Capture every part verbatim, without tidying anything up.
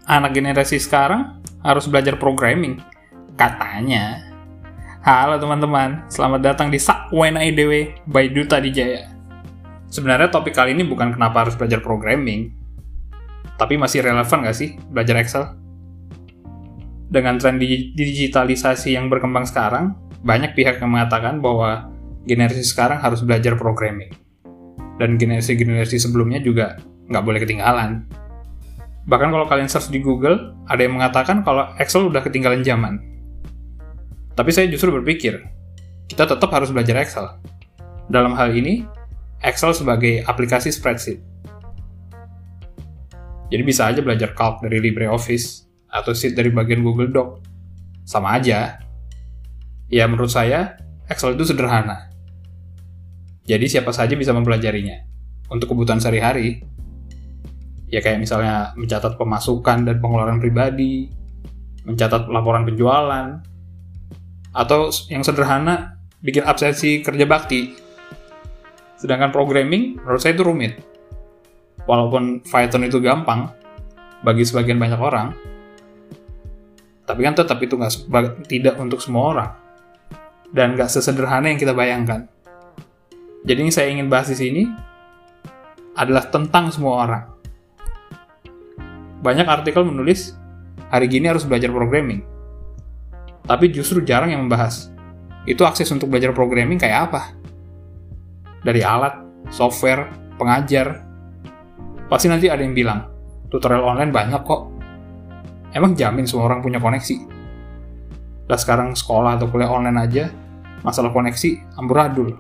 anak generasi sekarang harus belajar programming. Katanya. Halo teman-teman, selamat datang di Sakwena I D W by Duta Dijaya. Sebenarnya topik kali ini bukan kenapa harus belajar programming, tapi masih relevan gak sih belajar Excel? Dengan tren digitalisasi yang berkembang sekarang, banyak pihak yang mengatakan bahwa generasi sekarang harus belajar programming. Dan generasi-generasi sebelumnya juga nggak boleh ketinggalan. Bahkan kalau kalian search di Google, ada yang mengatakan kalau Excel udah ketinggalan zaman. Tapi saya justru berpikir, kita tetap harus belajar Excel. Dalam hal ini, Excel sebagai aplikasi spreadsheet. Jadi bisa aja belajar calc dari LibreOffice, atau sheet dari bagian Google Doc. Sama aja. Ya menurut saya, Excel itu sederhana. Jadi siapa saja bisa mempelajarinya. Untuk kebutuhan sehari-hari, ya kayak misalnya mencatat pemasukan dan pengeluaran pribadi, mencatat laporan penjualan, atau yang sederhana, bikin absensi kerja bakti. Sedangkan programming, menurut saya itu rumit. Walaupun Python itu gampang, bagi sebagian banyak orang, tapi kan tetap itu nggak tidak untuk semua orang. Dan nggak sesederhana yang kita bayangkan. Jadi yang saya ingin bahas di sini adalah tentang semua orang. Banyak artikel menulis, hari gini harus belajar programming. Tapi justru jarang yang membahas, itu akses untuk belajar programming kayak apa? Dari alat, software, pengajar. Pasti nanti ada yang bilang, tutorial online banyak kok. Emang jamin semua orang punya koneksi? Lah sekarang sekolah atau kuliah online aja, masalah koneksi amburadul.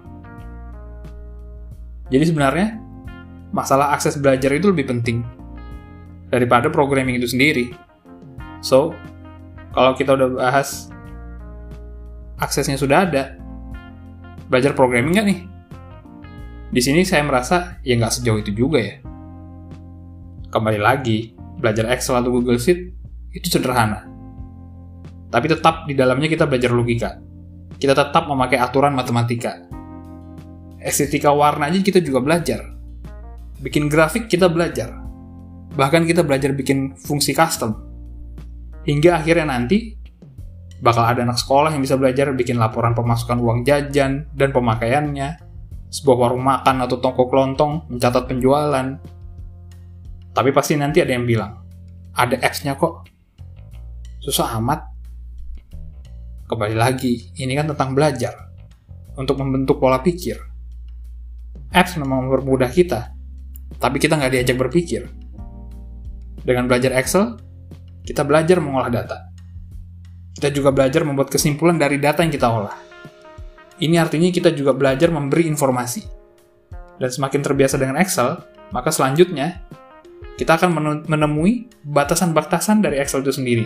Jadi sebenarnya, masalah akses belajar itu lebih penting daripada programming itu sendiri. So, kalau kita udah bahas aksesnya sudah ada, belajar programming nggak nih? Di sini saya merasa ya nggak sejauh itu juga ya. Kembali lagi, belajar Excel atau Google Sheet itu sederhana. Tapi tetap di dalamnya kita belajar logika. Kita tetap memakai aturan matematika. Estetika warna aja kita juga belajar. Bikin grafik kita belajar. Bahkan kita belajar bikin fungsi custom. Hingga akhirnya nanti bakal ada anak sekolah yang bisa belajar bikin laporan pemasukan uang jajan dan pemakaiannya, sebuah warung makan atau toko kelontong mencatat penjualan. Tapi pasti nanti ada yang bilang, ada apps-nya kok. Susah amat. Kembali lagi, ini kan tentang belajar. Untuk membentuk pola pikir. Apps memang mempermudah kita, tapi kita nggak diajak berpikir. Dengan belajar Excel, kita belajar mengolah data. Kita juga belajar membuat kesimpulan dari data yang kita olah. Ini artinya kita juga belajar memberi informasi. Dan semakin terbiasa dengan Excel, maka selanjutnya, kita akan menemui batasan-batasan dari Excel itu sendiri.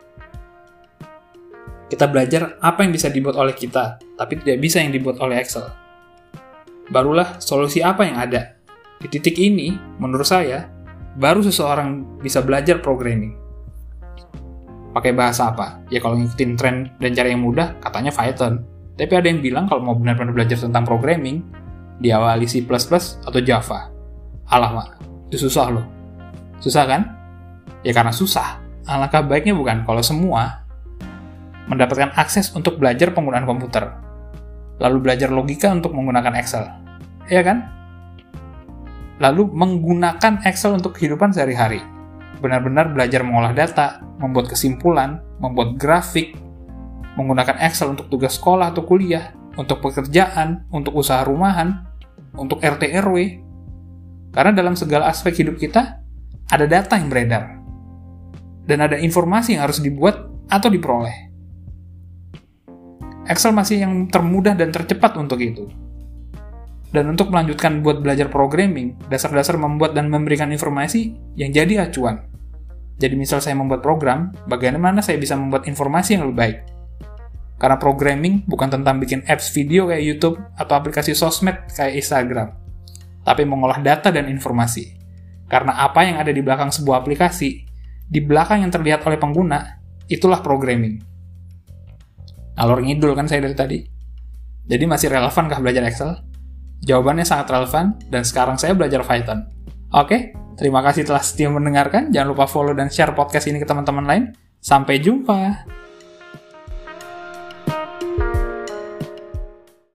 Kita belajar apa yang bisa dibuat oleh kita, tapi tidak bisa yang dibuat oleh Excel. Barulah solusi apa yang ada. Di titik ini, menurut saya, baru seseorang bisa belajar programming. Pakai bahasa apa? Ya kalau ngikutin tren dan cara yang mudah, katanya Python. Tapi ada yang bilang kalau mau benar-benar belajar tentang programming, diawali C plus plus atau Java. Alah mak, itu susah loh. Susah kan? Ya karena susah. Alangkah baiknya bukan kalau semua mendapatkan akses untuk belajar penggunaan komputer. Lalu belajar logika untuk menggunakan Excel. Ya kan? Lalu menggunakan Excel untuk kehidupan sehari-hari. Benar-benar belajar mengolah data, membuat kesimpulan, membuat grafik, menggunakan Excel untuk tugas sekolah atau kuliah, untuk pekerjaan, untuk usaha rumahan, untuk R T R W. Karena dalam segala aspek hidup kita, ada data yang beredar. Dan ada informasi yang harus dibuat atau diperoleh. Excel masih yang termudah dan tercepat untuk itu. Dan untuk melanjutkan buat belajar programming, dasar-dasar membuat dan memberikan informasi yang jadi acuan. Jadi misal saya membuat program, bagaimana saya bisa membuat informasi yang lebih baik? Karena programming bukan tentang bikin apps video kayak YouTube atau aplikasi sosmed kayak Instagram, tapi mengolah data dan informasi. Karena apa yang ada di belakang sebuah aplikasi, di belakang yang terlihat oleh pengguna, itulah programming. Alur ngidul kan saya dari tadi. Jadi masih relevankah belajar Excel? Jawabannya sangat relevan, dan sekarang saya belajar Python. Oke, Terima kasih telah setia mendengarkan. Jangan lupa follow dan share podcast ini ke teman-teman lain. Sampai jumpa.